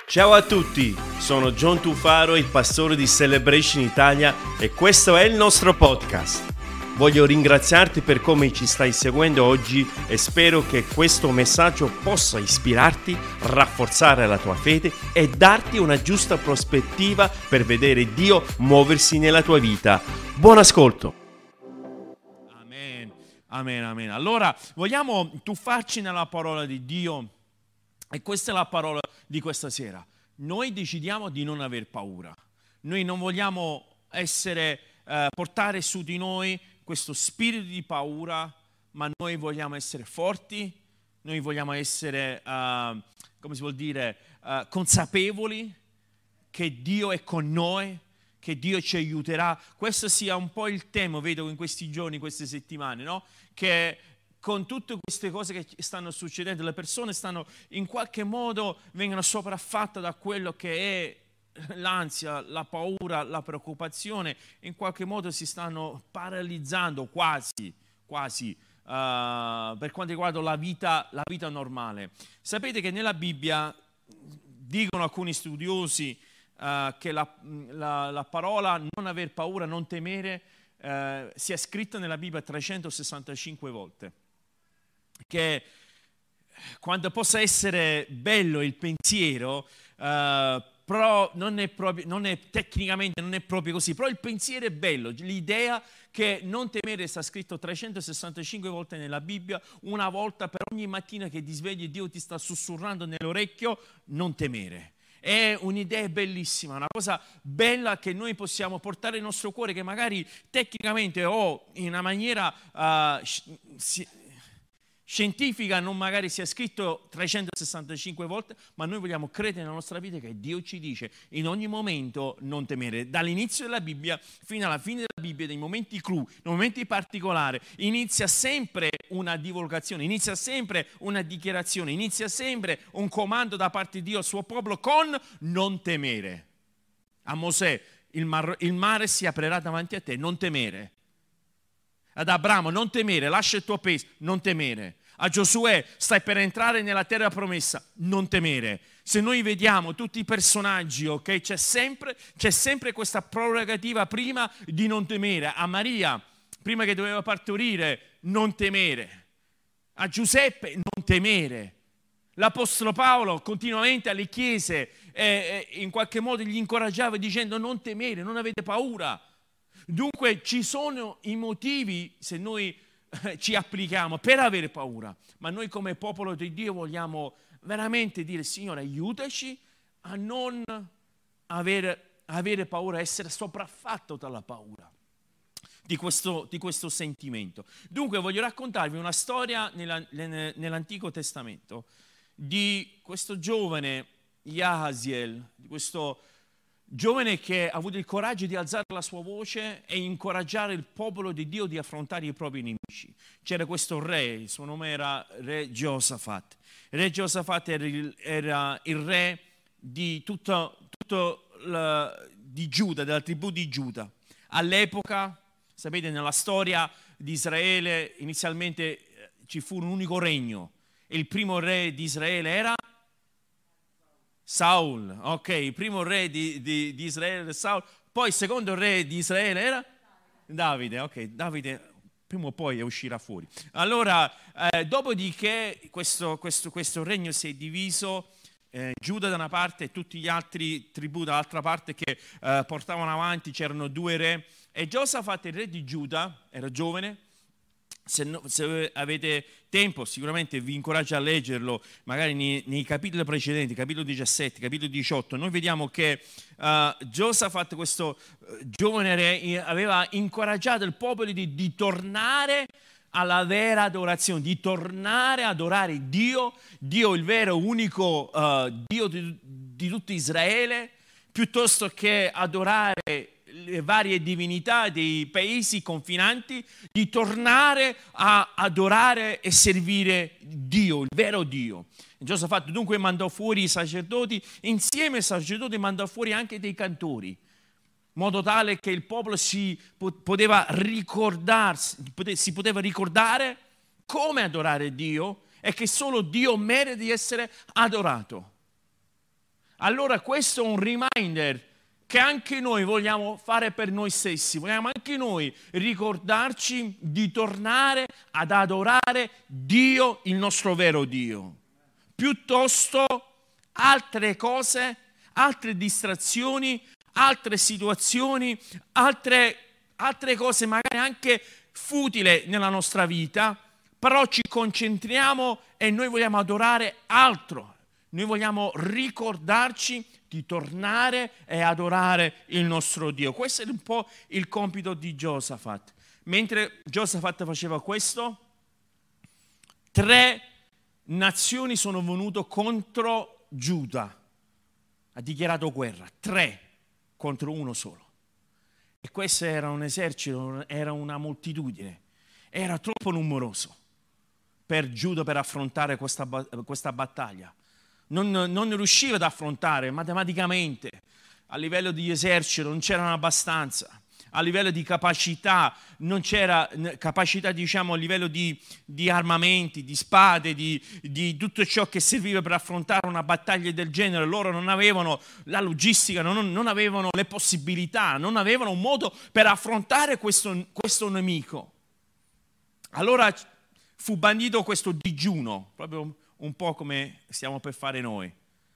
Ciao a tutti, sono John Tufaro, il pastore di Celebration Italia e questo è il nostro podcast. Voglio ringraziarti per come ci stai seguendo oggi e spero che questo messaggio possa ispirarti, rafforzare la tua fede e darti una giusta prospettiva per vedere Dio muoversi nella tua vita. Buon ascolto! Amen, amen, amen. Allora, vogliamo tuffarci nella parola di Dio e questa è la parola di questa sera. Noi decidiamo di non aver paura. Noi non vogliamo portare su di noi questo spirito di paura, ma noi vogliamo essere forti, noi vogliamo essere, consapevoli che Dio è con noi, che Dio ci aiuterà. Questo sia un po' il tema, vedo in questi giorni, in queste settimane, no? Che con tutte queste cose che stanno succedendo, le persone stanno in qualche modo, vengono sopraffatte da quello che è l'ansia, la paura, la preoccupazione, in qualche modo si stanno paralizzando quasi per quanto riguarda la vita normale. Sapete che nella Bibbia, dicono alcuni studiosi, che la parola non aver paura, non temere, sia scritta nella Bibbia 365 volte. Che quando possa essere bello il pensiero, però tecnicamente non è proprio così, però il pensiero è bello, l'idea che non temere sta scritto 365 volte nella Bibbia, una volta per ogni mattina che ti svegli Dio ti sta sussurrando nell'orecchio, non temere. È un'idea bellissima, una cosa bella che noi possiamo portare nel nostro cuore, che magari tecnicamente o in una maniera scientifica non magari sia scritto 365 volte, ma noi vogliamo credere nella nostra vita che Dio ci dice in ogni momento non temere. Dall'inizio della Bibbia fino alla fine della Bibbia, nei momenti clou, nei momenti particolari, inizia sempre una divulgazione, inizia sempre una dichiarazione, inizia sempre un comando da parte di Dio al suo popolo con non temere. A Mosè, il mare si aprirà davanti a te, non temere. Ad Abramo, non temere, lascia il tuo peso, non temere. A Giosuè, stai per entrare nella terra promessa, non temere. Se noi vediamo tutti i personaggi, ok, c'è sempre questa prerogativa prima di non temere. A Maria, prima che doveva partorire, non temere. A Giuseppe, non temere. L'Apostolo Paolo continuamente alle chiese in qualche modo gli incoraggiava dicendo non temere, non avete paura. Dunque ci sono i motivi, se noi ci applichiamo, per avere paura, ma noi come popolo di Dio vogliamo veramente dire: Signore, aiutaci a non avere paura, a essere sopraffatto dalla paura di questo sentimento. Dunque voglio raccontarvi una storia nell'Antico Testamento di questo giovane Jahaziel, di questo giovane che ha avuto il coraggio di alzare la sua voce e incoraggiare il popolo di Dio di affrontare i propri nemici. C'era questo re, il suo nome era re Geosafat. Re Geosafat era il re di di Giuda, della tribù di Giuda. All'epoca, sapete, nella storia di Israele inizialmente ci fu un unico regno. E il primo re di Israele era Saul, ok, il primo re di Israele era Saul, poi il secondo re di Israele era Davide, ok, Davide prima o poi uscirà fuori. Allora, dopodiché questo regno si è diviso, Giuda da una parte e tutti gli altri tribù dall'altra parte che portavano avanti, c'erano due re, e Giosafat, il re di Giuda, era giovane. Se avete tempo, sicuramente vi incoraggio a leggerlo, magari nei capitoli precedenti, capitolo 17, capitolo 18, noi vediamo che Giosafat, questo giovane re, aveva incoraggiato il popolo di tornare alla vera adorazione, di tornare ad adorare Dio, il vero unico Dio di tutto Israele, piuttosto che adorare le varie divinità dei paesi confinanti, di tornare a adorare e servire Dio, il vero Dio. Giosafat dunque mandò fuori i sacerdoti, insieme ai sacerdoti mandò fuori anche dei cantori, in modo tale che il popolo si poteva ricordare come adorare Dio e che solo Dio merita di essere adorato. Allora questo è un reminder che anche noi vogliamo fare per noi stessi, vogliamo anche noi ricordarci di tornare ad adorare Dio, il nostro vero Dio, piuttosto altre cose, altre distrazioni, altre situazioni, altre cose magari anche futili nella nostra vita, però ci concentriamo e noi vogliamo adorare altro. Noi vogliamo ricordarci di tornare e adorare il nostro Dio. Questo è un po' il compito di Giosafat. Mentre Giosafat faceva questo, 3 nazioni sono venute contro Giuda. Ha dichiarato guerra, 3 contro uno solo. E questo era un esercito, era una moltitudine, era troppo numeroso per Giuda per affrontare questa battaglia. Non riusciva ad affrontare matematicamente, a livello di esercito non c'erano abbastanza, a livello di capacità non c'era capacità, diciamo, a livello di armamenti, di spade, di tutto ciò che serviva per affrontare una battaglia del genere. Loro non avevano la logistica, non avevano le possibilità, non avevano un modo per affrontare questo nemico. Allora fu bandito questo digiuno, proprio un po' come stiamo per fare noi.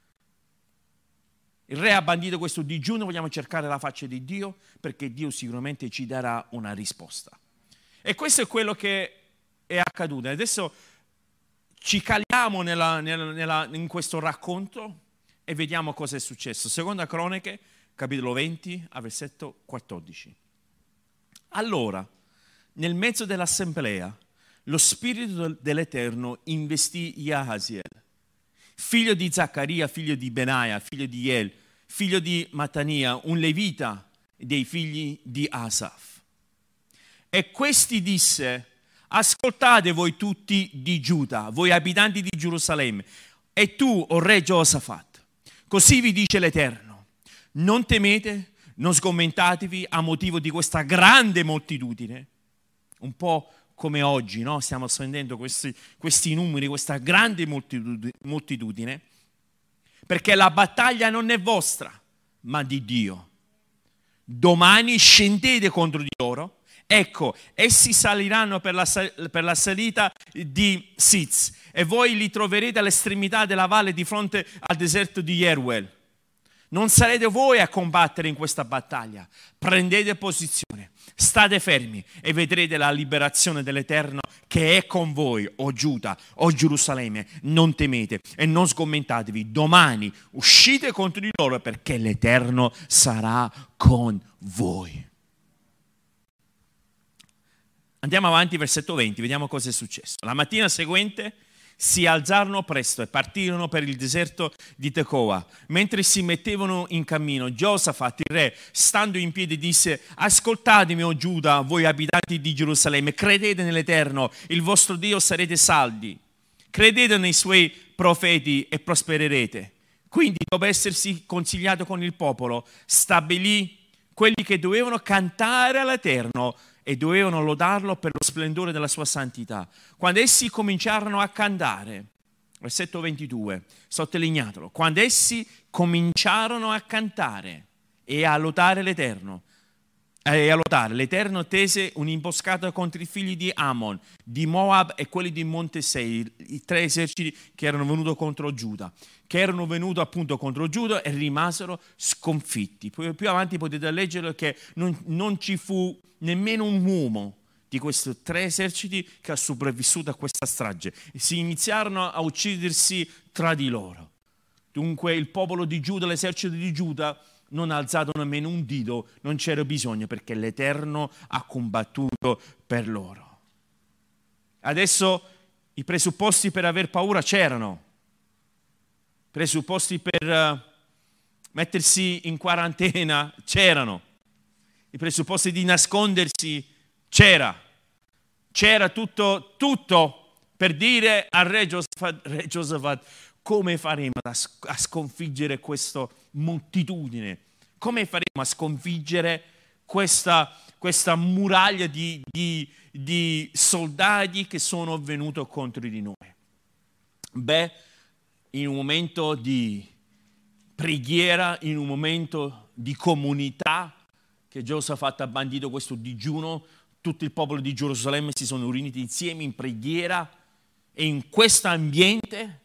Il re ha bandito questo digiuno, vogliamo cercare la faccia di Dio, perché Dio sicuramente ci darà una risposta. E questo è quello che è accaduto. Adesso ci caliamo in questo racconto e vediamo cosa è successo. Seconda Cronache, capitolo 20, a versetto 14. Allora, nel mezzo dell'assemblea, lo Spirito dell'Eterno investì Jahaziel, figlio di Zaccaria, figlio di Benaia, figlio di Iel, figlio di Matania, un levita dei figli di Asaf. E questi disse: ascoltate voi tutti di Giuda, voi abitanti di Gerusalemme, e tu, o re Giosafat, così vi dice l'Eterno: non temete, non sgomentatevi a motivo di questa grande moltitudine. Un po' come oggi, no? Stiamo spendendo questi numeri, questa grande moltitudine, perché la battaglia non è vostra, ma di Dio. Domani scendete contro di loro. Ecco, essi saliranno per la salita di Siz, e voi li troverete all'estremità della valle di fronte al deserto di Jeruel. Non sarete voi a combattere in questa battaglia. Prendete posizione, state fermi e vedrete la liberazione dell'Eterno che è con voi, o Giuda, o Gerusalemme. Non temete e non sgomentatevi. Domani uscite contro di loro, perché l'Eterno sarà con voi. Andiamo avanti, versetto 20, vediamo cosa è successo. La mattina seguente si alzarono presto e partirono per il deserto di Tecoa. Mentre si mettevano in cammino, Giosafat, il re, stando in piedi, disse: ascoltatemi, o Giuda, voi abitanti di Gerusalemme, credete nell'Eterno, il vostro Dio, sarete saldi. Credete nei suoi profeti e prospererete. Quindi, dopo essersi consigliato con il popolo, stabilì quelli che dovevano cantare all'Eterno e dovevano lodarlo per lo splendore della sua santità. Quando essi cominciarono a cantare, versetto 22, sottolineatelo, quando essi cominciarono a cantare e a lodare l'Eterno, l'Eterno tese un'imboscata contro i figli di Ammon, di Moab e quelli di Monte Seir, i 3 eserciti che erano venuti contro Giuda, che erano venuti appunto contro Giuda e rimasero sconfitti. Poi più avanti potete leggere che non ci fu nemmeno un uomo di questi 3 eserciti che ha sopravvissuto a questa strage, e si iniziarono a uccidersi tra di loro. Dunque il popolo di Giuda, l'esercito di Giuda, non ha alzato nemmeno un dito, non c'era bisogno, perché l'Eterno ha combattuto per loro. Adesso i presupposti per aver paura c'erano, presupposti per mettersi in quarantena c'erano, i presupposti di nascondersi c'era tutto per dire al re Giosafat: come faremo a sconfiggere questa moltitudine? Come faremo a sconfiggere questa muraglia di soldati che sono venuti contro di noi? Beh, in un momento di preghiera, in un momento di comunità, che Giosafat ha bandito questo digiuno, tutto il popolo di Gerusalemme si sono riuniti insieme in preghiera, e in questo ambiente,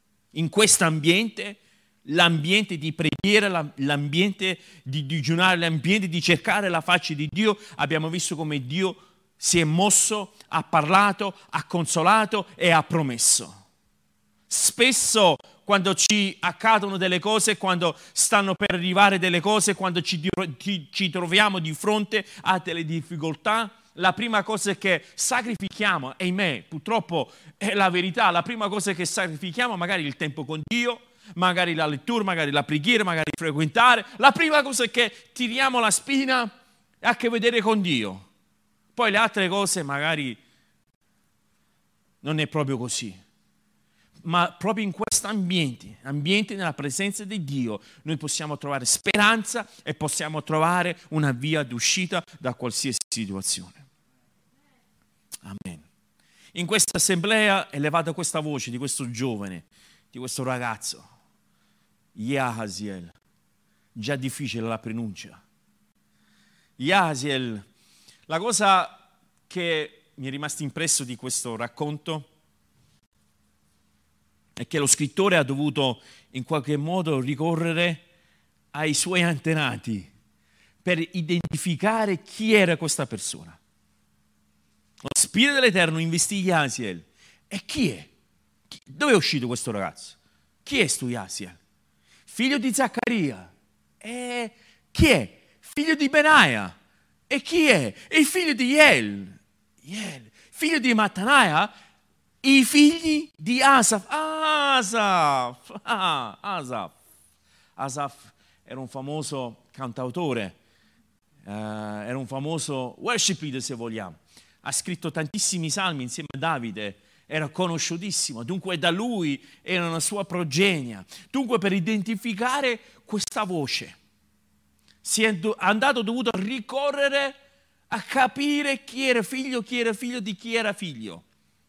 l'ambiente di preghiera, l'ambiente di digiunare, l'ambiente di cercare la faccia di Dio, abbiamo visto come Dio si è mosso, ha parlato, ha consolato e ha promesso. Spesso quando ci accadono delle cose, quando stanno per arrivare delle cose, quando ci troviamo di fronte a delle difficoltà, la prima cosa che sacrifichiamo, ahimè, purtroppo è la verità, la prima cosa che sacrifichiamo magari il tempo con Dio, magari la lettura, magari la preghiera, magari frequentare. La prima cosa è che tiriamo la spina ha a che vedere con Dio. Poi le altre cose magari non è proprio così. Ma proprio in questo ambiente nella presenza di Dio, noi possiamo trovare speranza e possiamo trovare una via d'uscita da qualsiasi situazione. Amen. In questa assemblea è elevata questa voce di questo giovane, di questo ragazzo, Jahaziel. Già difficile la pronuncia. Jahaziel. La cosa che mi è rimasta impresso di questo racconto è che lo scrittore ha dovuto in qualche modo ricorrere ai suoi antenati per identificare chi era questa persona. Lo Spirito dell'Eterno investì Jahaziel. E chi è? Dove è uscito questo ragazzo? Chi è sto Jahaziel? Figlio di Zaccaria. E chi è? Figlio di Benaia. E chi è? È il figlio di Yel. Figlio di Mattanaia. I figli di Asaf. Asaf era un famoso cantautore, era un famoso worship leader, se vogliamo. Ha scritto tantissimi salmi insieme a Davide, era conosciutissimo, dunque da lui era una sua progenie. Dunque per identificare questa voce si è dovuto ricorrere a capire chi era figlio di chi era figlio.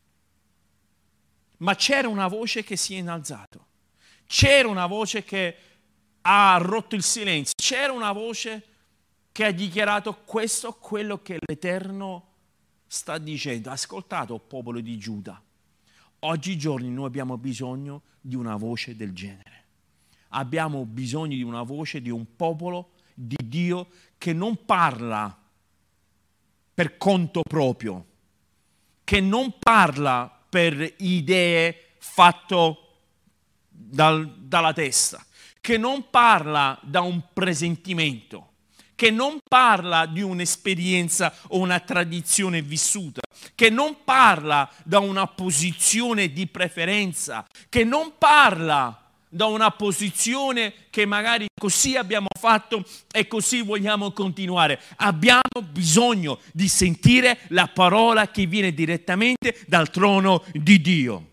Ma c'era una voce che si è innalzata, c'era una voce che ha rotto il silenzio, c'era una voce che ha dichiarato questo è quello che l'Eterno sta dicendo. Ascoltate, o popolo di Giuda, oggigiorno noi abbiamo bisogno di una voce del genere. Abbiamo bisogno di una voce di un popolo di Dio che non parla per conto proprio, che non parla per idee fatte dalla testa, che non parla da un presentimento, che non parla di un'esperienza o una tradizione vissuta, che non parla da una posizione di preferenza, che non parla da una posizione che magari così abbiamo fatto e così vogliamo continuare. Abbiamo bisogno di sentire la parola che viene direttamente dal trono di Dio.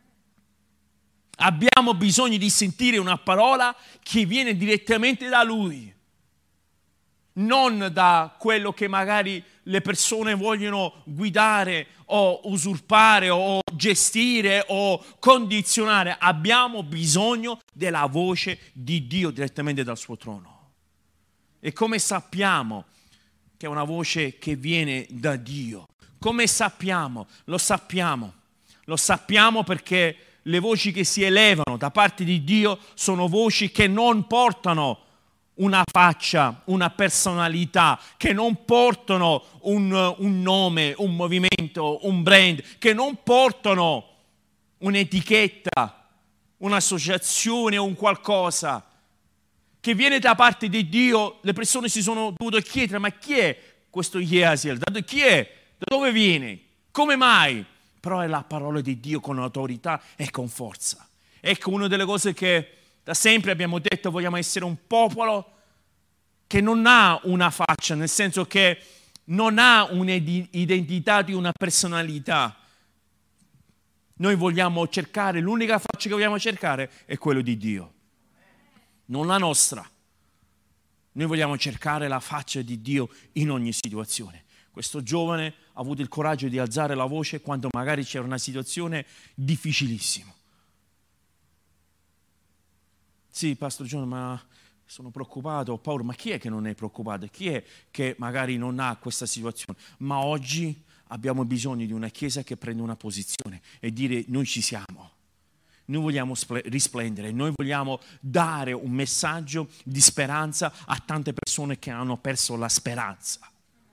Abbiamo bisogno di sentire una parola che viene direttamente da Lui, non da quello che magari le persone vogliono guidare o usurpare o gestire o condizionare. Abbiamo bisogno della voce di Dio direttamente dal suo trono. E come sappiamo che è una voce che viene da Dio? Come sappiamo? Lo sappiamo perché le voci che si elevano da parte di Dio sono voci che non portano una faccia, una personalità, che non portano un nome, un movimento, un brand, che non portano un'etichetta, un'associazione o un qualcosa, che viene da parte di Dio. Le persone si sono dovute chiedere: ma chi è questo Jahaziel? Chi è? Da dove viene? Come mai? Però è la parola di Dio con autorità e con forza. Ecco, una delle cose che da sempre abbiamo detto: vogliamo essere un popolo che non ha una faccia, nel senso che non ha un'identità di una personalità. Noi vogliamo cercare, l'unica faccia che vogliamo cercare è quella di Dio, non la nostra. Noi vogliamo cercare la faccia di Dio in ogni situazione. Questo giovane ha avuto il coraggio di alzare la voce quando magari c'era una situazione difficilissima. Sì, Pastor John, ma sono preoccupato, ho paura. Ma chi è che non è preoccupato? Chi è che magari non ha questa situazione? Ma oggi abbiamo bisogno di una Chiesa che prenda una posizione e dire: noi ci siamo. Noi vogliamo risplendere, noi vogliamo dare un messaggio di speranza a tante persone che hanno perso la speranza.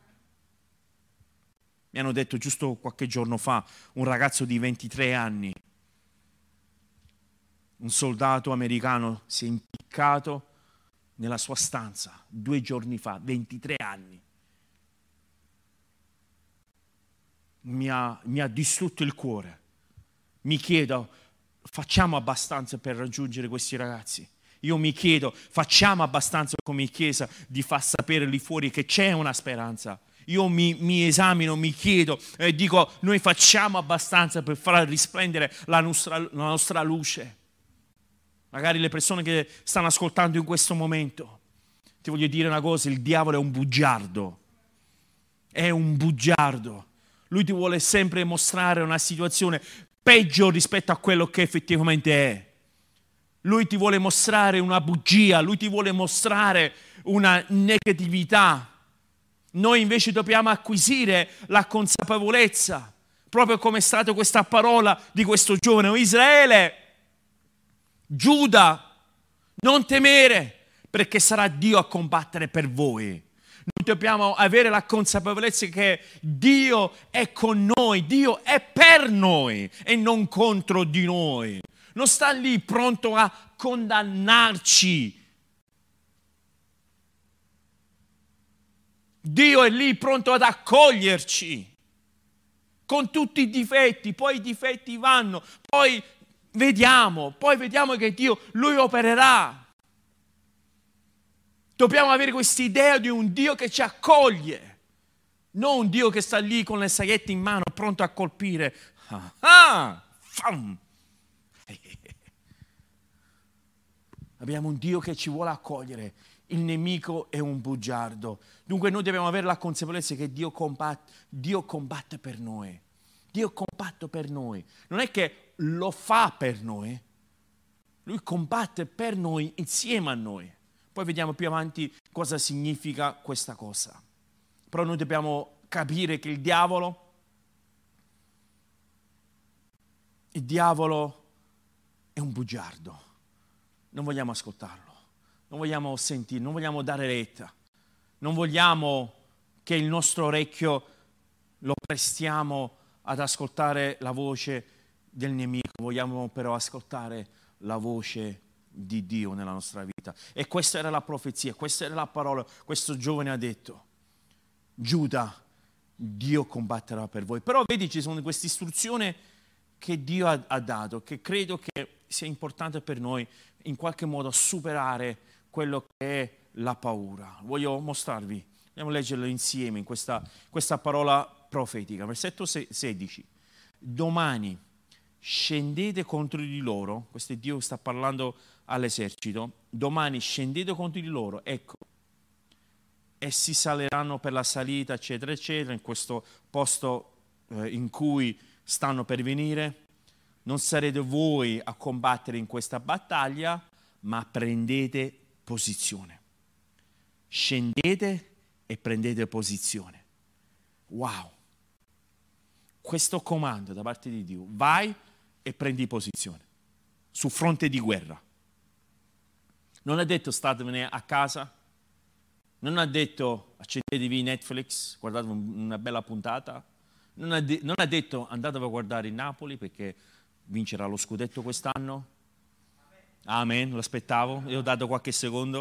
Mi hanno detto giusto qualche giorno fa, un ragazzo di 23 anni, un soldato americano, si è impiccato nella sua stanza 2 giorni fa, 23 anni. Mi ha distrutto il cuore. Mi chiedo: facciamo abbastanza per raggiungere questi ragazzi? Io mi chiedo: facciamo abbastanza come Chiesa di far sapere lì fuori che c'è una speranza? Io mi esamino, mi chiedo e dico: noi facciamo abbastanza per far risplendere la nostra luce? Magari le persone che stanno ascoltando in questo momento, ti voglio dire una cosa: il diavolo è un bugiardo. È un bugiardo. Lui ti vuole sempre mostrare una situazione peggio rispetto a quello che effettivamente è. Lui ti vuole mostrare una bugia, lui ti vuole mostrare una negatività. Noi invece dobbiamo acquisire la consapevolezza, proprio come è stata questa parola di questo giovane: oh Israele, Giuda, non temere, perché sarà Dio a combattere per voi. Noi dobbiamo avere la consapevolezza che Dio è con noi, Dio è per noi e non contro di noi. Non sta lì pronto a condannarci. Dio è lì pronto ad accoglierci con tutti i difetti. Poi i difetti vanno, poi vediamo che Dio, Lui opererà. Dobbiamo avere questa idea di un Dio che ci accoglie, non un Dio che sta lì con le saghette in mano pronto a colpire. Abbiamo un Dio che ci vuole accogliere. Il nemico è un bugiardo. Dunque noi dobbiamo avere la consapevolezza che Dio combatte per noi. Dio combatte per noi. Non è che lo fa per noi, Lui combatte per noi, insieme a noi. Poi vediamo più avanti cosa significa questa cosa. Però noi dobbiamo capire che il diavolo è un bugiardo. Non vogliamo ascoltarlo, non vogliamo sentire, non vogliamo dare retta, non vogliamo che il nostro orecchio lo prestiamo ad ascoltare la voce del nemico, vogliamo però ascoltare la voce di Dio nella nostra vita. E questa era la profezia, questa era la parola. Questo giovane ha detto: Giuda, Dio combatterà per voi. Però vedi, ci sono queste istruzioni che Dio ha dato, che credo che sia importante per noi in qualche modo superare quello che è la paura. Voglio mostrarvi, andiamo a leggerlo insieme in questa parola profetica. Versetto 16. Domani scendete contro di loro, questo è Dio che sta parlando all'esercito, domani scendete contro di loro, ecco, essi saliranno per la salita, eccetera, eccetera, in questo posto in cui stanno per venire. Non sarete voi a combattere in questa battaglia, ma prendete posizione. Scendete e prendete posizione. Wow! Questo comando da parte di Dio: vai e prendi posizione su fronte di guerra. Non ha detto statevene a casa, non ha detto accendetevi Netflix, guardate una bella puntata, non ha detto andatevi a guardare il Napoli perché vincerà lo scudetto quest'anno. Amen, lo aspettavo, io ho dato qualche secondo.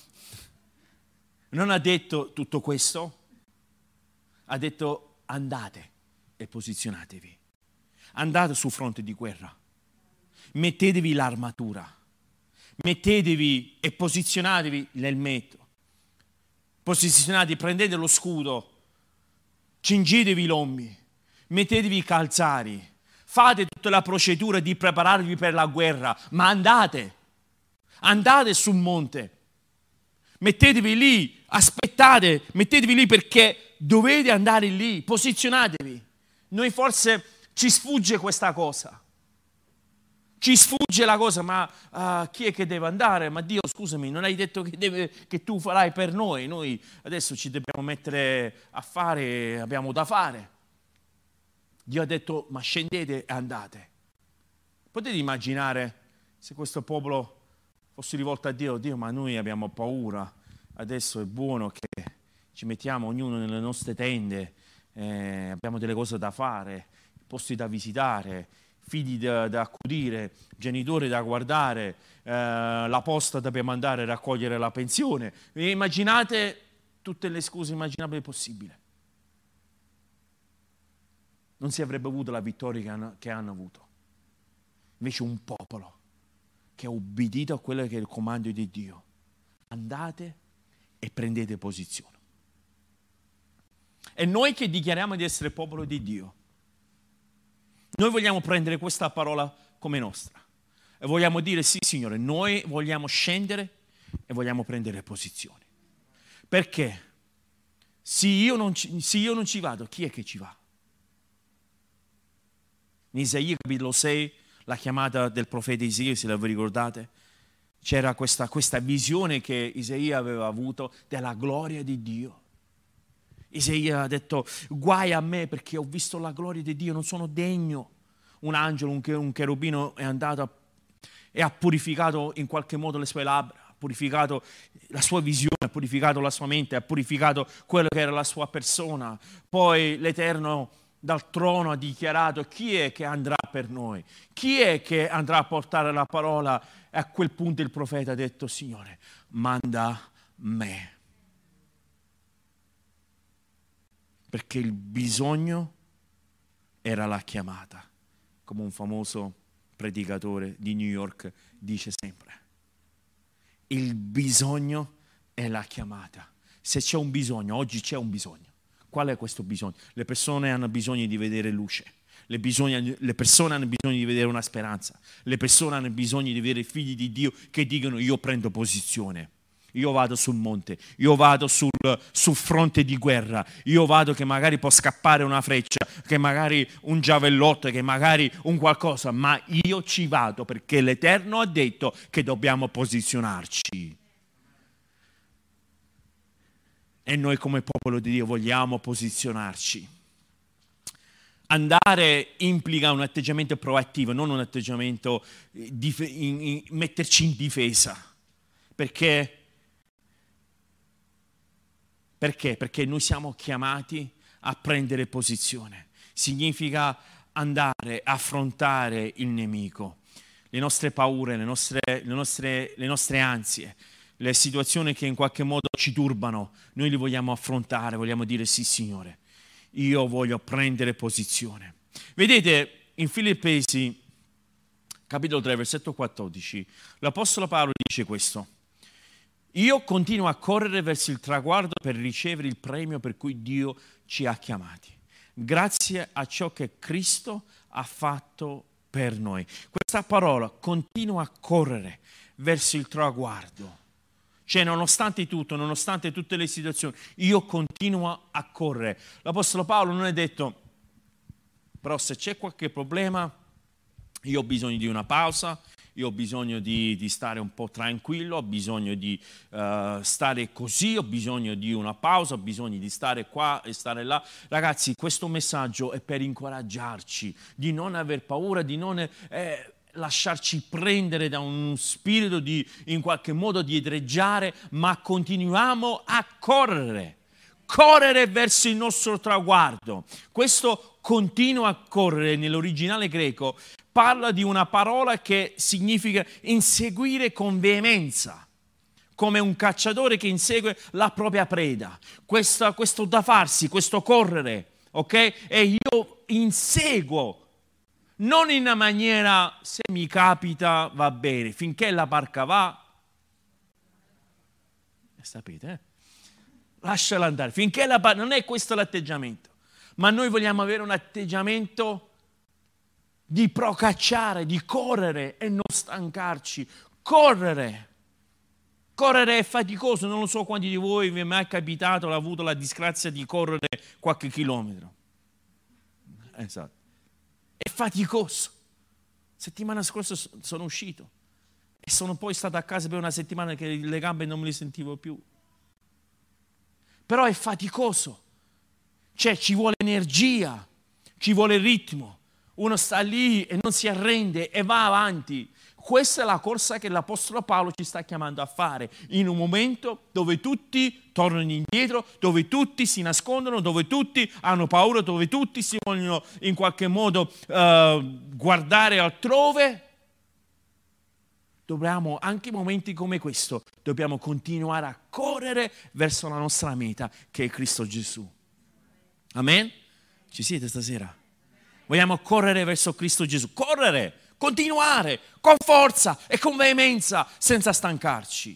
Non ha detto tutto questo, ha detto andate e posizionatevi. Andate su fronte di guerra, mettetevi l'armatura, mettetevi e posizionatevi l'elmetto, posizionatevi, prendete lo scudo, cingitevi i lombi, mettetevi i calzari, fate tutta la procedura di prepararvi per la guerra, ma andate sul monte, mettetevi lì, aspettate, mettetevi lì perché dovete andare lì, posizionatevi. Noi forse ci sfugge questa cosa. Ci sfugge la cosa, ma chi è che deve andare? Ma Dio, scusami, non hai detto che tu farai per noi? Noi adesso ci dobbiamo mettere a fare, abbiamo da fare. Dio ha detto, ma scendete e andate. Potete immaginare se questo popolo fosse rivolto a Dio, Dio, ma noi abbiamo paura, adesso è buono che ci mettiamo ognuno nelle nostre tende, abbiamo delle cose da fare, posti da visitare, figli da accudire, genitori da guardare, la posta dobbiamo andare a raccogliere la pensione. E immaginate tutte le scuse immaginabili possibili. Non si avrebbe avuto la vittoria che hanno avuto. Invece un popolo che ha ubbidito a quello che è il comando di Dio. Andate e prendete posizione. E noi che dichiariamo di essere popolo di Dio, noi vogliamo prendere questa parola come nostra e vogliamo dire sì, Signore, noi vogliamo scendere e vogliamo prendere posizione. Perché se io non ci vado, chi è che ci va? In Isaia capitolo 6, la chiamata del profeta Isaia, se la vi ricordate, c'era questa visione che Isaia aveva avuto della gloria di Dio. Isaia ha detto, guai a me perché ho visto la gloria di Dio, non sono degno. Un angelo, un cherubino è andato e ha purificato in qualche modo le sue labbra, ha purificato la sua visione, ha purificato la sua mente, ha purificato quello che era la sua persona. Poi l'Eterno dal trono ha dichiarato chi è che andrà per noi, chi è che andrà a portare la parola. E a quel punto il profeta ha detto, Signore, manda me. Perché il bisogno era la chiamata, come un famoso predicatore di New York dice sempre. Il bisogno è la chiamata. Se c'è un bisogno, oggi c'è un bisogno. Qual è questo bisogno? Le persone hanno bisogno di vedere luce. Le persone hanno bisogno di vedere una speranza. Le persone hanno bisogno di vedere figli di Dio che dicono io prendo posizione. Io vado sul monte, io vado sul fronte di guerra, io vado che magari può scappare una freccia, che magari un giavellotto, che magari un qualcosa, ma io ci vado perché l'Eterno ha detto che dobbiamo posizionarci. E noi come popolo di Dio vogliamo posizionarci. Andare implica un atteggiamento proattivo, non un atteggiamento metterci in difesa. Perché? Perché noi siamo chiamati a prendere posizione. Significa andare a affrontare il nemico, le nostre paure, le nostre ansie, le situazioni che in qualche modo ci turbano. Noi li vogliamo affrontare, vogliamo dire sì, Signore, io voglio prendere posizione. Vedete, in Filippesi, capitolo 3, versetto 14, l'Apostolo Paolo dice questo. Io continuo a correre verso il traguardo per ricevere il premio per cui Dio ci ha chiamati, grazie a ciò che Cristo ha fatto per noi. Questa parola continua a correre verso il traguardo. Cioè, nonostante tutto, nonostante tutte le situazioni, io continuo a correre. L'Apostolo Paolo non ha detto, però se c'è qualche problema, io ho bisogno di una pausa, io ho bisogno di stare un po' tranquillo, ho bisogno di stare così, ho bisogno di una pausa, ho bisogno di stare qua e stare là. Ragazzi, questo messaggio è per incoraggiarci, di non aver paura, di non lasciarci prendere da un spirito di, in qualche modo, di edreggiare, ma continuiamo a correre verso il nostro traguardo. Questo continua a correre nell'originale greco parla di una parola che significa inseguire con veemenza, come un cacciatore che insegue la propria preda. Questo da farsi, questo correre, ok? E io inseguo, non in una maniera se mi capita va bene, finché la barca va, sapete, lasciala andare, finché la barca, non è questo l'atteggiamento, ma noi vogliamo avere un atteggiamento di procacciare, di correre e non stancarci. Correre è faticoso, non lo so quanti di voi vi è mai capitato, ha avuto la disgrazia di correre qualche chilometro. Esatto. È faticoso. Settimana scorsa sono uscito e sono poi stato a casa per una settimana che le gambe non me le sentivo più. Però è faticoso, cioè ci vuole energia, ci vuole ritmo. Uno sta lì e non si arrende e va avanti. Questa è la corsa che l'Apostolo Paolo ci sta chiamando a fare, in un momento dove tutti tornano indietro, dove tutti si nascondono, dove tutti hanno paura, dove tutti si vogliono in qualche modo guardare altrove. Dobbiamo, anche in momenti come questo, dobbiamo continuare a correre verso la nostra meta, che è Cristo Gesù. Amen? Ci siete stasera? Vogliamo correre verso Cristo Gesù. Correre! Continuare con forza e con veemenza senza stancarci.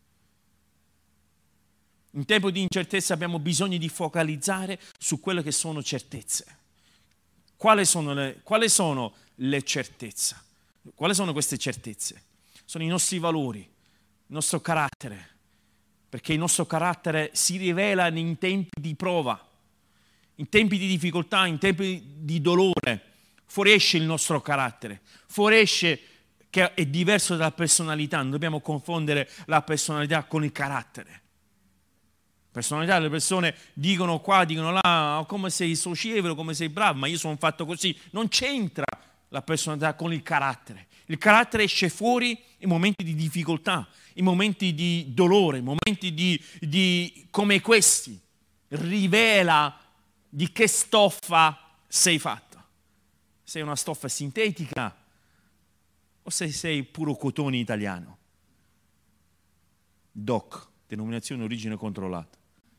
In tempo di incertezza abbiamo bisogno di focalizzare su quelle che sono certezze. Quali sono le certezze? Quali sono queste certezze? Sono i nostri valori, il nostro carattere, perché il nostro carattere si rivela in tempi di prova, in tempi di difficoltà, in tempi di dolore. Fuoriesce il nostro carattere, fuoriesce che è diverso dalla personalità, non dobbiamo confondere la personalità con il carattere. Personalità, le persone dicono qua, dicono là, come sei socievole, come sei bravo, ma io sono fatto così. Non c'entra la personalità con il carattere. Il carattere esce fuori in momenti di difficoltà, in momenti di dolore, in momenti di come questi. Rivela di che stoffa sei fatto. Sei una stoffa sintetica o se sei puro cotone italiano? DOC, denominazione origine controllata.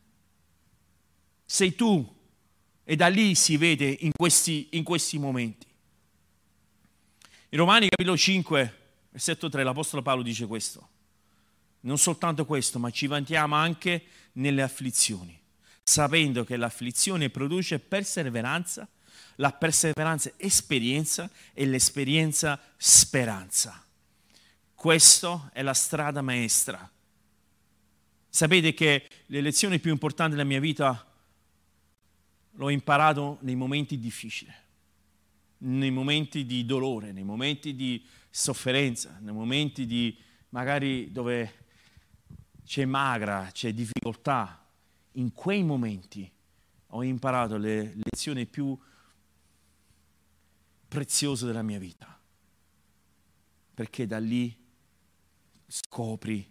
Sei tu, e da lì si vede in questi momenti. In Romani capitolo 5, versetto 3, l'Apostolo Paolo dice questo. Non soltanto questo, ma ci vantiamo anche nelle afflizioni, sapendo che l'afflizione produce perseveranza, la perseveranza esperienza e l'esperienza speranza. Questa è la strada maestra. Sapete che le lezioni più importanti della mia vita l'ho imparato nei momenti difficili, nei momenti di dolore, nei momenti di sofferenza, nei momenti di magari dove c'è magra, c'è difficoltà. In quei momenti ho imparato le lezioni più preziose della mia vita, perché da lì scopri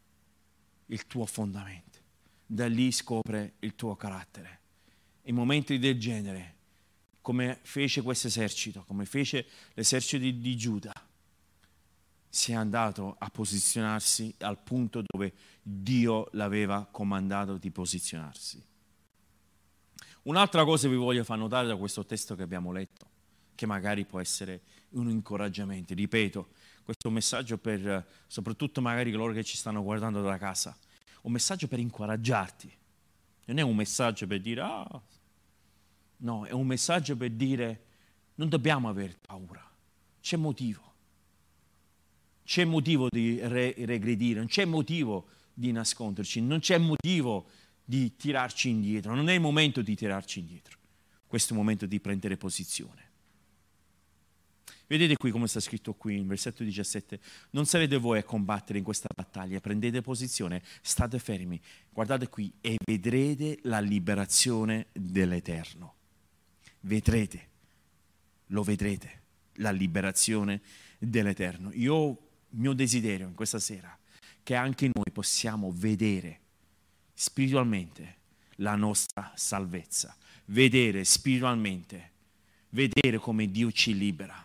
il tuo fondamento, da lì scopre il tuo carattere. In momenti del genere, come fece questo esercito, come fece l'esercito di Giuda, si è andato a posizionarsi al punto dove Dio l'aveva comandato di posizionarsi. Un'altra cosa vi voglio far notare da questo testo che abbiamo letto, che magari può essere un incoraggiamento. Ripeto, questo è un messaggio per soprattutto magari coloro che ci stanno guardando da casa, un messaggio per incoraggiarti. Non è un messaggio per dire, no, è un messaggio per dire, non dobbiamo avere paura, c'è motivo. C'è motivo di regredire, non c'è motivo di nasconderci, non c'è motivo di tirarci indietro, non è il momento di tirarci indietro, questo è il momento di prendere posizione. Vedete qui come sta scritto qui, in versetto 17, non sarete voi a combattere in questa battaglia, prendete posizione, state fermi, guardate qui, e vedrete la liberazione dell'Eterno. Vedrete, lo vedrete, la liberazione dell'Eterno. Il mio desiderio in questa sera che anche noi possiamo vedere spiritualmente la nostra salvezza, vedere spiritualmente, vedere come Dio ci libera.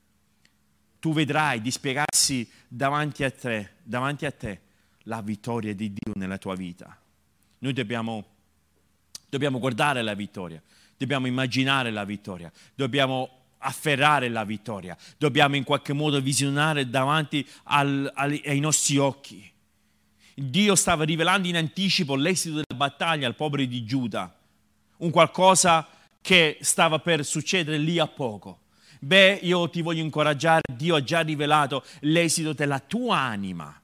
Tu vedrai dispiegarsi davanti a te la vittoria di Dio nella tua vita. Noi dobbiamo guardare la vittoria, dobbiamo immaginare la vittoria, dobbiamo afferrare la vittoria, dobbiamo in qualche modo visionare davanti ai nostri occhi. Dio stava rivelando in anticipo l'esito della battaglia al popolo di Giuda, un qualcosa che stava per succedere lì a poco. Io ti voglio incoraggiare, Dio ha già rivelato l'esito della tua anima.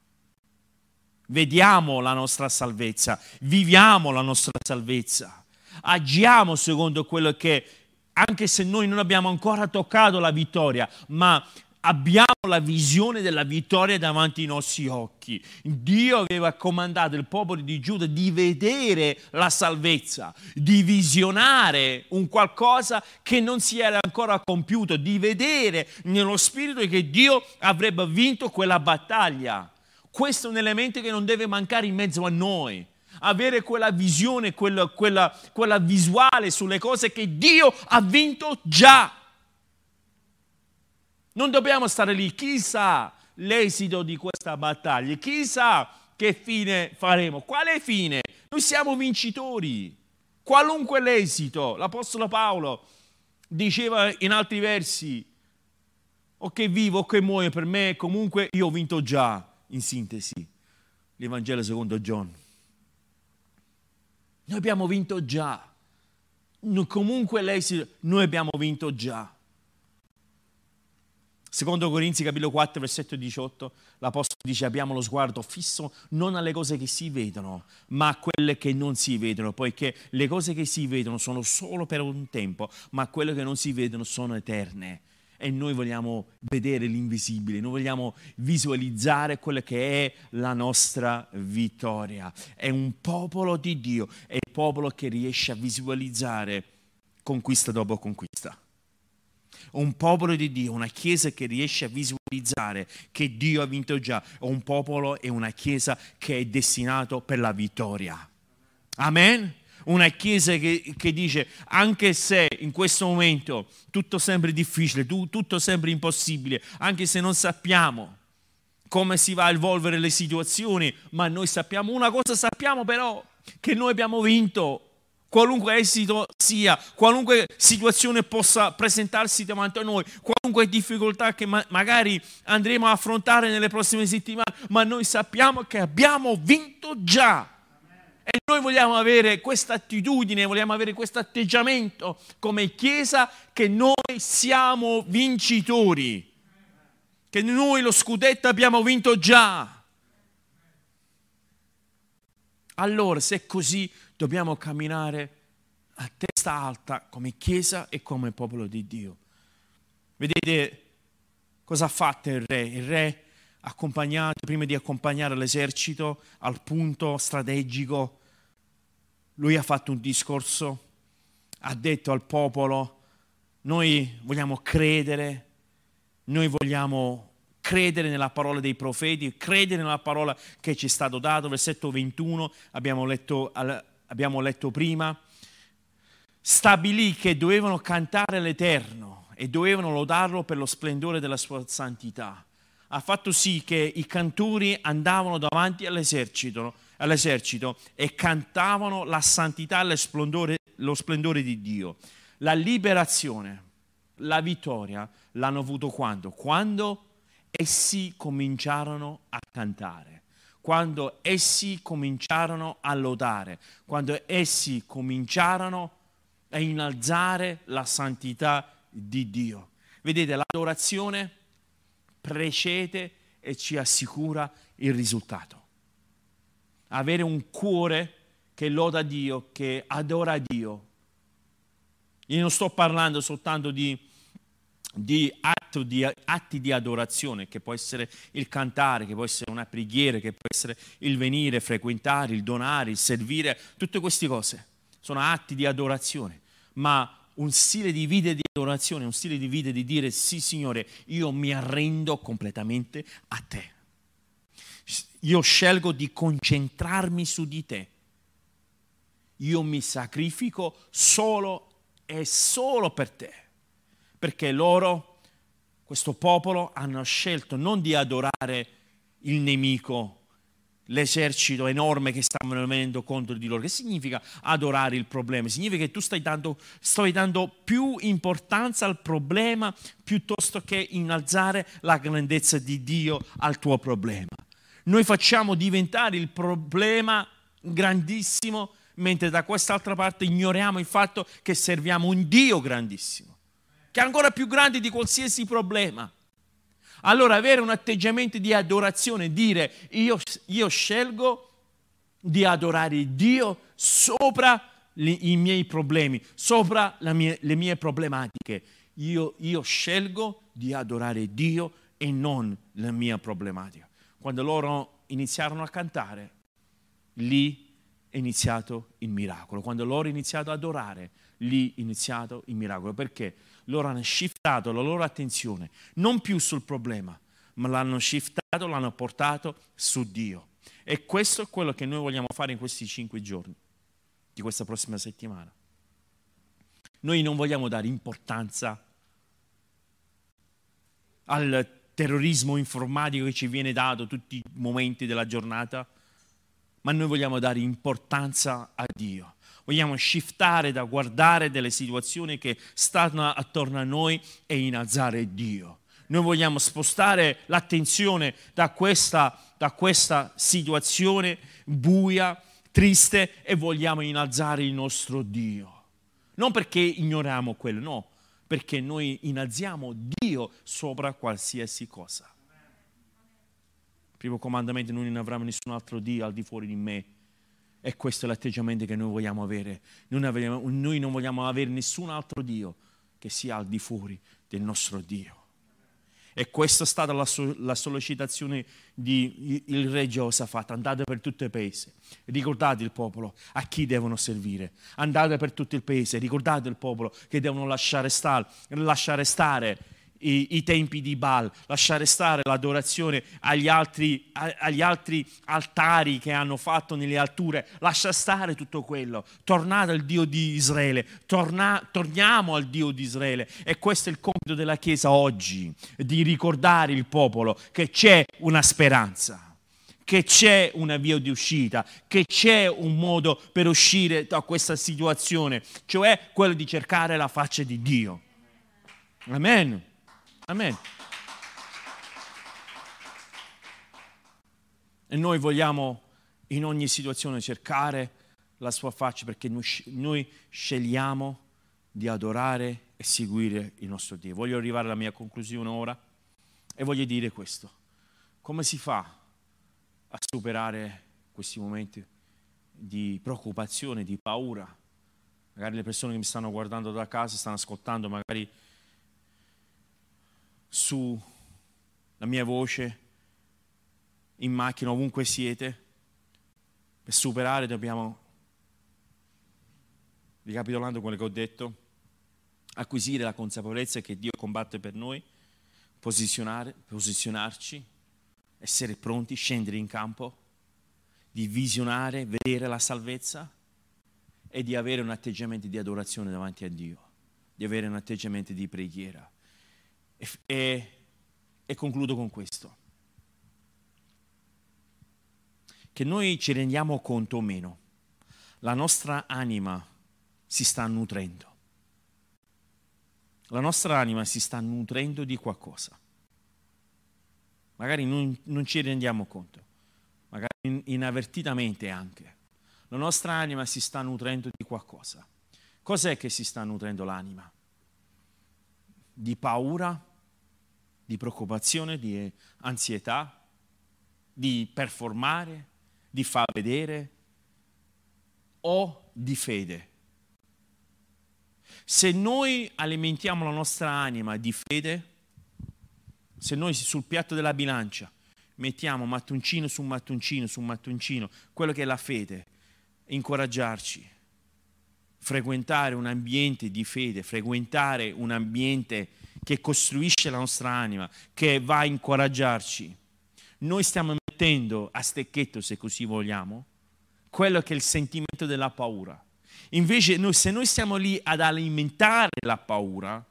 Vediamo la nostra salvezza, viviamo la nostra salvezza, agiamo secondo quello che, anche se noi non abbiamo ancora toccato la vittoria, ma abbiamo la visione della vittoria davanti ai nostri occhi. Dio aveva comandato il popolo di Giuda di vedere la salvezza, di visionare un qualcosa che non si era ancora compiuto, di vedere nello spirito che Dio avrebbe vinto quella battaglia. Questo è un elemento che non deve mancare in mezzo a noi. Avere quella visione, quella visuale sulle cose che Dio ha vinto già. Non dobbiamo stare lì, chissà l'esito di questa battaglia, chissà che fine faremo. Quale fine? Noi siamo vincitori, qualunque l'esito. L'Apostolo Paolo diceva in altri versi, o che vivo o che muoio, per me comunque io ho vinto già, in sintesi, l'Evangelo secondo Giovanni. Noi abbiamo vinto già, comunque l'esito, noi abbiamo vinto già. Secondo Corinzi capitolo 4 versetto 18 l'Apostolo dice abbiamo lo sguardo fisso non alle cose che si vedono ma a quelle che non si vedono, poiché le cose che si vedono sono solo per un tempo ma quelle che non si vedono sono eterne. E noi vogliamo vedere l'invisibile, noi vogliamo visualizzare quella che è la nostra vittoria. È un popolo di Dio, è il popolo che riesce a visualizzare conquista dopo conquista. Un popolo di Dio, una chiesa che riesce a visualizzare che Dio ha vinto già, un popolo e una chiesa che è destinato per la vittoria. Amen? Una chiesa che dice, anche se in questo momento tutto sembra difficile, tutto sembra impossibile, anche se non sappiamo come si va a evolvere le situazioni, ma noi sappiamo una cosa, sappiamo però che noi abbiamo vinto. Qualunque esito sia, qualunque situazione possa presentarsi davanti a noi, qualunque difficoltà che magari andremo a affrontare nelle prossime settimane, ma noi sappiamo che abbiamo vinto già. E noi vogliamo avere questa attitudine, vogliamo avere questo atteggiamento come Chiesa che noi siamo vincitori, che noi lo scudetto abbiamo vinto già. Allora, se è così, dobbiamo camminare a testa alta come Chiesa e come popolo di Dio. Vedete cosa ha fatto il re? Il re accompagnato, prima di accompagnare l'esercito al punto strategico, lui ha fatto un discorso, ha detto al popolo, noi vogliamo credere nella parola dei profeti, credere nella parola che ci è stato dato. Versetto 21, abbiamo letto prima, stabilì che dovevano cantare l'Eterno e dovevano lodarlo per lo splendore della sua santità. Ha fatto sì che i cantori andavano davanti all'esercito e cantavano la santità e lo splendore di Dio. La liberazione, la vittoria l'hanno avuto quando? Quando essi cominciarono a cantare, quando essi cominciarono a lodare, quando essi cominciarono a innalzare la santità di Dio. Vedete, l'adorazione precede e ci assicura il risultato. Avere un cuore che loda Dio, che adora Dio. Io non sto parlando soltanto di atti di adorazione, che può essere il cantare, che può essere una preghiera, che può essere il venire, frequentare, il donare, il servire, tutte queste cose sono atti di adorazione, ma un stile di vita di adorazione, un stile di vita di dire sì Signore, io mi arrendo completamente a te. Io scelgo di concentrarmi su di te. Io mi sacrifico solo e solo per te. Perché loro, questo popolo, hanno scelto non di adorare il nemico, l'esercito enorme che stavano venendo contro di loro. Che significa adorare il problema? Significa che tu stai dando più importanza al problema piuttosto che innalzare la grandezza di Dio al tuo problema. Noi facciamo diventare il problema grandissimo, mentre da quest'altra parte ignoriamo il fatto che serviamo un Dio grandissimo, che è ancora più grande di qualsiasi problema. Allora avere un atteggiamento di adorazione, dire io scelgo di adorare Dio sopra i miei problemi, sopra le mie problematiche. io scelgo di adorare Dio e non la mia problematica. Quando loro iniziarono a cantare, lì è iniziato il miracolo. Quando loro hanno iniziato ad adorare, lì è iniziato il miracolo. Perché loro hanno shiftato la loro attenzione non più sul problema, ma l'hanno shiftato, l'hanno portato su Dio. E questo è quello che noi vogliamo fare in questi 5 giorni, di questa prossima settimana. Noi non vogliamo dare importanza al terrorismo informatico che ci viene dato tutti i momenti della giornata, ma noi vogliamo dare importanza a Dio. Vogliamo shiftare da guardare delle situazioni che stanno attorno a noi e innalzare Dio. Noi vogliamo spostare l'attenzione da questa situazione buia, triste, e vogliamo innalzare il nostro Dio. Non perché ignoriamo quello, no, perché noi innalziamo Dio sopra qualsiasi cosa. Il primo comandamento: non avremo nessun altro Dio al di fuori di me. E questo è l'atteggiamento che noi vogliamo avere. Noi non vogliamo avere nessun altro Dio che sia al di fuori del nostro Dio. E questa è stata la sollecitazione del re Giosafat: andate per tutto il paese, ricordate il popolo a chi devono servire, andate per tutto il paese, ricordate il popolo che devono lasciare stare i tempi di Baal, lasciare stare l'adorazione agli altri altari che hanno fatto nelle alture, lascia stare tutto quello, tornate al Dio di Israele, torniamo al Dio di Israele. E questo è il compito della Chiesa oggi, di ricordare il popolo che c'è una speranza, che c'è una via di uscita, che c'è un modo per uscire da questa situazione, cioè quello di cercare la faccia di Dio. Amen. Amen. E noi vogliamo in ogni situazione cercare la sua faccia, perché noi scegliamo di adorare e seguire il nostro Dio. Voglio arrivare alla mia conclusione ora e voglio dire questo: come si fa a superare questi momenti di preoccupazione, di paura? Magari le persone che mi stanno guardando da casa, stanno ascoltando magari su la mia voce, in macchina, ovunque siete. Per superare dobbiamo, ricapitolando quello che ho detto, acquisire la consapevolezza che Dio combatte per noi, posizionarci, essere pronti, scendere in campo, di visionare, vedere la salvezza e di avere un atteggiamento di adorazione davanti a Dio, di avere un atteggiamento di preghiera. E concludo con questo: che noi ci rendiamo conto o meno, la nostra anima si sta nutrendo. La nostra anima si sta nutrendo di qualcosa. Magari non ci rendiamo conto, magari inavvertitamente anche. La nostra anima si sta nutrendo di qualcosa. Cos'è che si sta nutrendo l'anima? Di paura, di preoccupazione, di ansietà, di performare, di far vedere, o di fede? Se noi alimentiamo la nostra anima di fede, se noi sul piatto della bilancia mettiamo mattoncino su mattoncino su mattoncino quello che è la fede, incoraggiarci, frequentare un ambiente di fede, frequentare un ambiente che costruisce la nostra anima, che va a incoraggiarci, noi stiamo mettendo a stecchetto, se così vogliamo, quello che è il sentimento della paura. Invece se noi stiamo lì ad alimentare la paura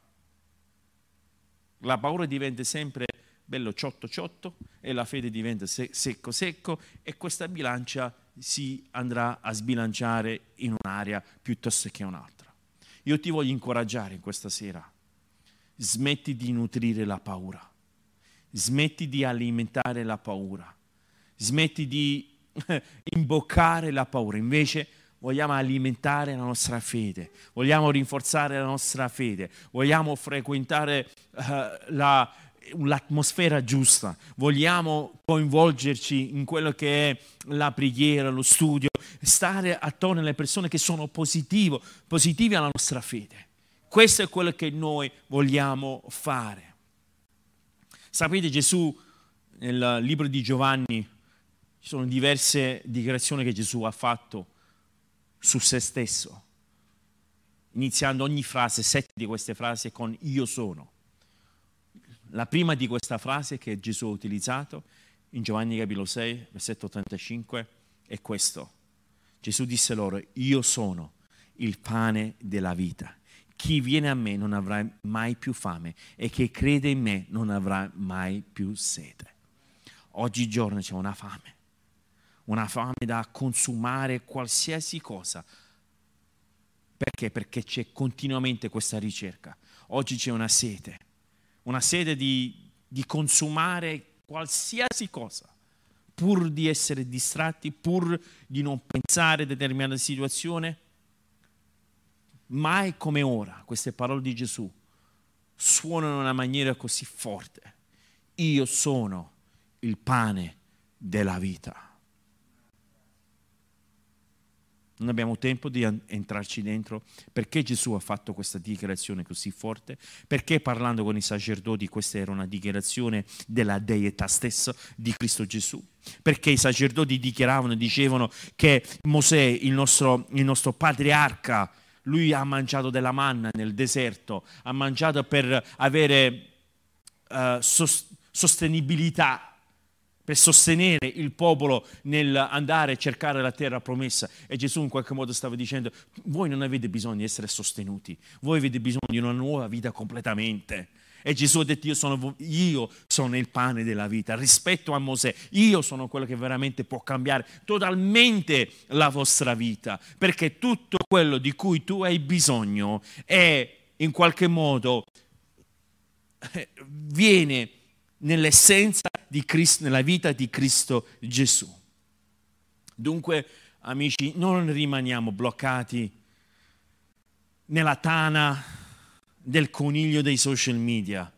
diventa sempre bello ciotto ciotto e la fede diventa secco secco, e questa bilancia si andrà a sbilanciare in un'area piuttosto che un'altra. Io ti voglio incoraggiare in questa sera: smetti di nutrire la paura, smetti di alimentare la paura, smetti di imboccare la paura. Invece vogliamo alimentare la nostra fede, vogliamo rinforzare la nostra fede, vogliamo frequentare l'atmosfera giusta, vogliamo coinvolgerci in quello che è la preghiera, lo studio, stare attorno alle persone che sono positive alla nostra fede, Questo è quello che noi vogliamo fare. Sapete, Gesù, nel libro di Giovanni, ci sono diverse dichiarazioni che Gesù ha fatto su se stesso, iniziando ogni frase, 7 di queste frasi con io sono. La prima di questa frase che Gesù ha utilizzato in Giovanni capitolo 6, versetto 85, è questo. Gesù disse loro, io sono il pane della vita. Chi viene a me non avrà mai più fame e chi crede in me non avrà mai più sete. Oggigiorno c'è una fame da consumare qualsiasi cosa. Perché? Perché c'è continuamente questa ricerca. Oggi c'è una sete di consumare qualsiasi cosa, pur di essere distratti, pur di non pensare a determinate situazioni. Mai come ora queste parole di Gesù suonano in una maniera così forte. Io sono il pane della vita. Non abbiamo tempo di entrarci dentro. Perché Gesù ha fatto questa dichiarazione così forte? Perché parlando con i sacerdoti questa era una dichiarazione della deità stessa di Cristo Gesù? Perché i sacerdoti dichiaravano, dicevano che Mosè, il nostro patriarca, lui ha mangiato della manna nel deserto, ha mangiato per avere sostenibilità, per sostenere il popolo nell'andare a cercare la terra promessa. E Gesù in qualche modo stava dicendo, voi non avete bisogno di essere sostenuti, voi avete bisogno di una nuova vita completamente. E Gesù ha detto, io sono il pane della vita. Rispetto a Mosè, io sono quello che veramente può cambiare totalmente la vostra vita, perché tutto quello di cui tu hai bisogno è in qualche modo viene nell'essenza di Cristo, nella vita di Cristo Gesù. Dunque, amici, non rimaniamo bloccati nella tana del coniglio dei social media.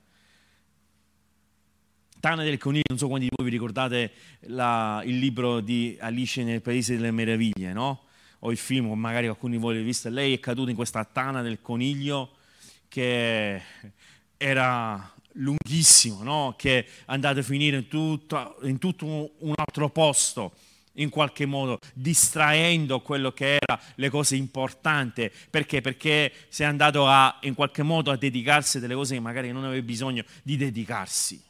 Tana del coniglio, non so quanti di voi vi ricordate il libro di Alice nel Paese delle Meraviglie, no? O il film, o magari qualcuno di voi l'ha visto. Lei è caduta in questa tana del coniglio che era lunghissimo, no? Che è andato a finire in tutto un altro posto, in qualche modo distraendo quello che era le cose importanti. Perché? Perché si è andato in qualche modo a dedicarsi a delle cose che magari non aveva bisogno di dedicarsi.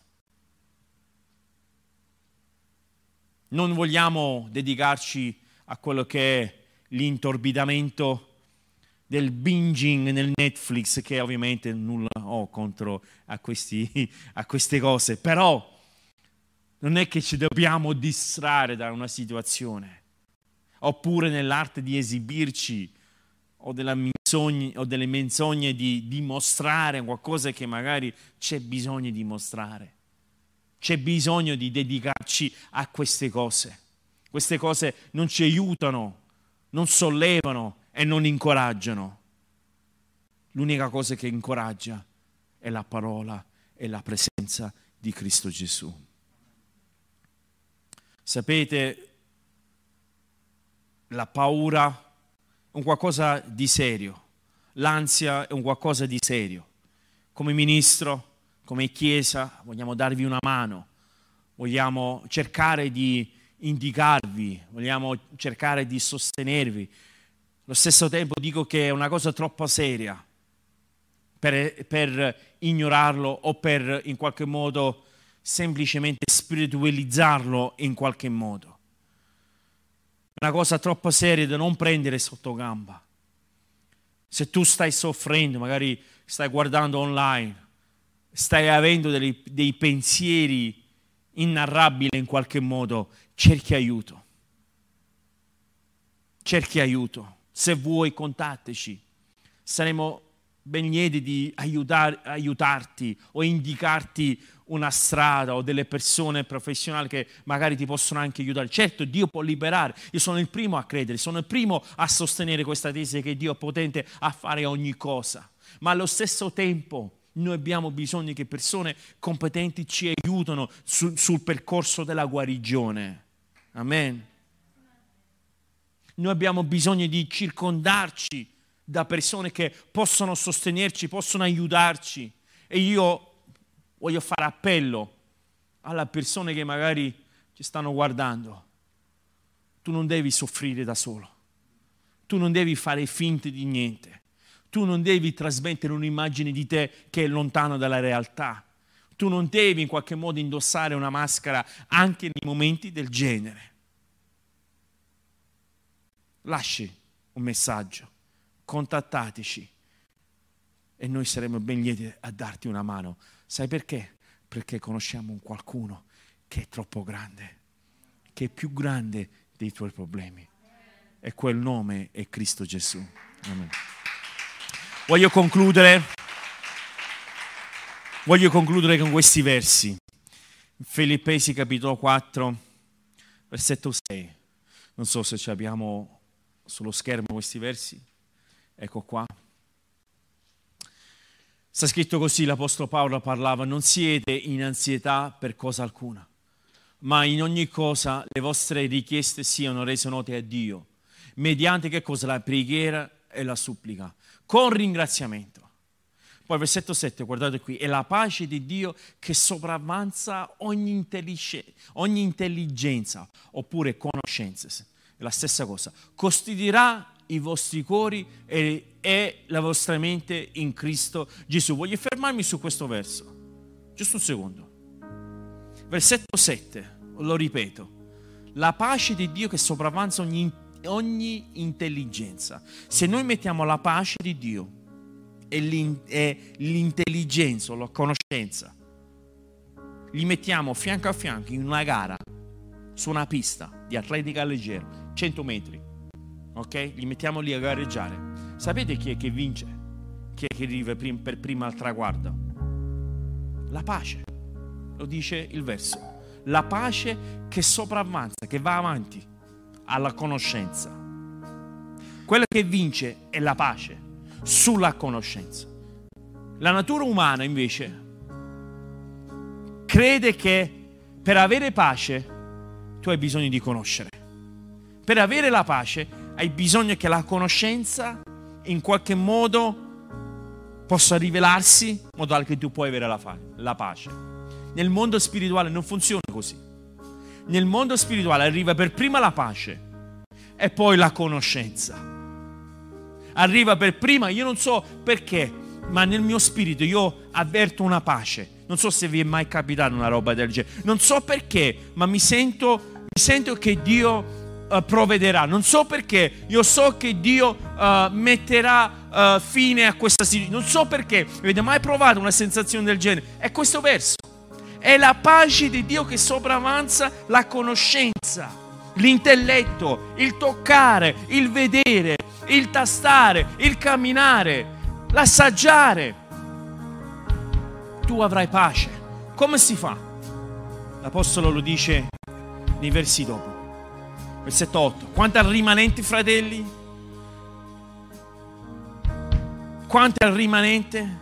Non vogliamo dedicarci a quello che è l'intorbidamento del binging nel Netflix, che ovviamente nulla ho contro a queste cose, però non è che ci dobbiamo distrarre da una situazione, oppure nell'arte di esibirci o delle menzogne di dimostrare qualcosa che magari c'è bisogno di mostrare. C'è bisogno di dedicarci a queste cose. Queste cose non ci aiutano, non sollevano e non incoraggiano. L'unica cosa che incoraggia è la parola e la presenza di Cristo Gesù. Sapete, la paura è un qualcosa di serio, l'ansia è un qualcosa di serio. Come ministro, come Chiesa, vogliamo darvi una mano, vogliamo cercare di indicarvi, vogliamo cercare di sostenervi. Allo stesso tempo dico che è una cosa troppo seria per ignorarlo o per in qualche modo semplicemente spiritualizzarlo in qualche modo. È una cosa troppo seria da non prendere sotto gamba. Se tu stai soffrendo, magari stai guardando online, stai avendo dei pensieri inarrabili in qualche modo, cerchi aiuto. Cerchi aiuto. Se vuoi, contattaci. Saremo ben lieti di aiutarti o indicarti una strada o delle persone professionali che magari ti possono anche aiutare. Certo, Dio può liberare. Io sono il primo a credere, sono il primo a sostenere questa tesi che Dio è potente a fare ogni cosa. Ma allo stesso tempo noi abbiamo bisogno che persone competenti ci aiutino sul percorso della guarigione. Amen. Noi abbiamo bisogno di circondarci da persone che possono sostenerci, possono aiutarci. E io voglio fare appello alle persone che magari ci stanno guardando. Tu non devi soffrire da solo. Tu non devi fare finte di niente. Tu non devi trasmettere un'immagine di te che è lontana dalla realtà. Tu non devi in qualche modo indossare una maschera anche nei momenti del genere. Lasci un messaggio, contattateci e noi saremo ben lieti a darti una mano. Sai perché? Perché conosciamo un qualcuno che è troppo grande, che è più grande dei tuoi problemi. E quel nome è Cristo Gesù. Amen. Voglio concludere con questi versi. Filippesi capitolo 4, versetto 6. Non so se ci abbiamo sullo schermo questi versi. Ecco qua. Sta scritto così, l'Apostolo Paolo parlava: non siete in ansietà per cosa alcuna, ma in ogni cosa le vostre richieste siano rese note a Dio, mediante che cosa? La preghiera e la supplica, con ringraziamento. Poi versetto 7, guardate qui: e la pace di Dio che sopravvanza ogni intelligenza, oppure conoscenze, è la stessa cosa, custodierà i vostri cuori e la vostra mente in Cristo Gesù. Voglio fermarmi su questo verso, giusto un secondo. Versetto 7, lo ripeto: la pace di Dio che sopravvanza ogni intelligenza. Se noi mettiamo la pace di Dio e l'intelligenza o la conoscenza, li mettiamo fianco a fianco in una gara su una pista di atletica leggera, 100 metri, ok? Li mettiamo lì a gareggiare. Sapete chi è che vince? Chi è che arriva per prima al traguardo? La pace, lo dice il verso. La pace che sopravvanza, che va avanti alla conoscenza. Quello che vince è la pace sulla conoscenza. La natura umana invece crede che per avere pace tu hai bisogno di conoscere. Per avere la pace hai bisogno che la conoscenza in qualche modo possa rivelarsi in modo tale che tu puoi avere la pace. Nel mondo spirituale non funziona così. Nel mondo spirituale arriva per prima la pace e poi la conoscenza. Arriva per prima, io non so perché, ma nel mio spirito io avverto una pace. Non so se vi è mai capitato una roba del genere. Non so perché, ma mi sento che Dio provvederà. Non so perché, io so che Dio metterà fine a questa situazione. Non so perché. Avete mai provato una sensazione del genere? È questo verso. È la pace di Dio che sopravanza la conoscenza, l'intelletto, il toccare, il vedere, il tastare, il camminare, l'assaggiare. Tu avrai pace. Come si fa? L'Apostolo lo dice nei versi dopo. Versetto 8. Quanto al rimanente, fratelli? Quanto al rimanente?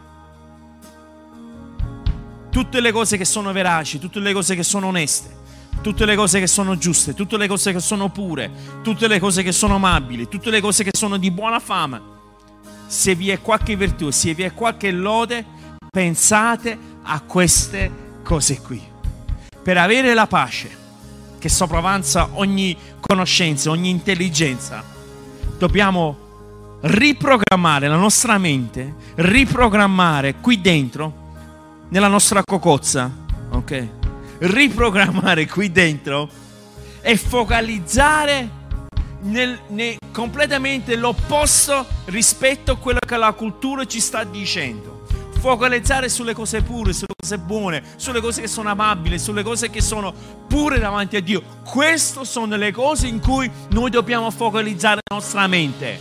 Tutte le cose che sono veraci, tutte le cose che sono oneste, tutte le cose che sono giuste, tutte le cose che sono pure, tutte le cose che sono amabili, tutte le cose che sono di buona fama. Se vi è qualche virtù, se vi è qualche lode, pensate a queste cose qui. Per avere la pace che sopravanza ogni conoscenza, ogni intelligenza, dobbiamo riprogrammare la nostra mente, riprogrammare qui dentro, nella nostra cocozza, ok? Riprogrammare qui dentro e focalizzare completamente l'opposto rispetto a quello che la cultura ci sta dicendo. Focalizzare sulle cose pure, sulle cose buone, sulle cose che sono amabili, sulle cose che sono pure davanti a Dio. Queste sono le cose in cui noi dobbiamo focalizzare la nostra mente.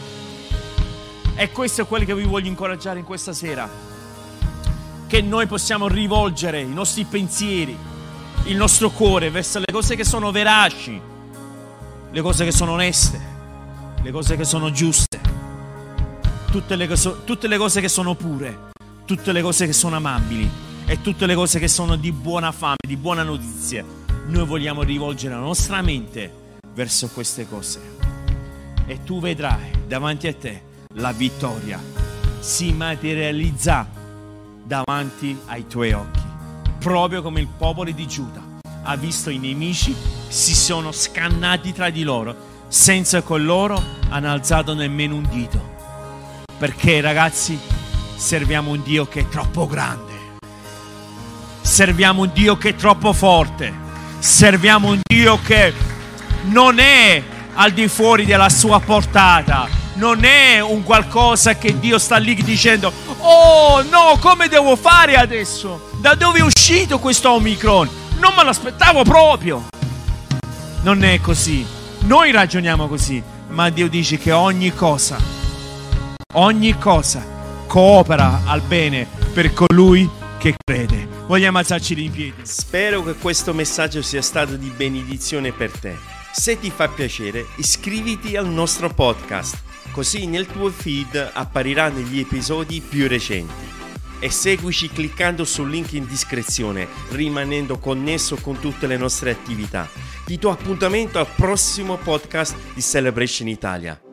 E questo è quello che vi voglio incoraggiare in questa sera. Che noi possiamo rivolgere i nostri pensieri, il nostro cuore verso le cose che sono veraci, le cose che sono oneste, le cose che sono giuste, tutte le cose che sono pure, tutte le cose che sono amabili e tutte le cose che sono di buona fame, di buona notizia. Noi vogliamo rivolgere la nostra mente verso queste cose e tu vedrai davanti a te la vittoria si materializza davanti ai tuoi occhi, proprio come il popolo di Giuda ha visto i nemici, si sono scannati tra di loro, senza con loro hanno alzato nemmeno un dito, perché ragazzi serviamo un Dio che è troppo grande, serviamo un Dio che è troppo forte, serviamo un Dio che non è al di fuori della sua portata, non è un qualcosa che Dio sta lì dicendo: oh no, come devo fare adesso? Da dove è uscito questo Omicron? Non me l'aspettavo proprio. Non è così. Noi ragioniamo così, ma Dio dice che ogni cosa coopera al bene per colui che crede. Vogliamo alzarci in piedi? Spero che questo messaggio sia stato di benedizione per te. Se ti fa piacere, iscriviti al nostro podcast, così nel tuo feed appariranno gli episodi più recenti. E seguici cliccando sul link in descrizione, rimanendo connesso con tutte le nostre attività. Ti do appuntamento al prossimo podcast di Celebration Italia.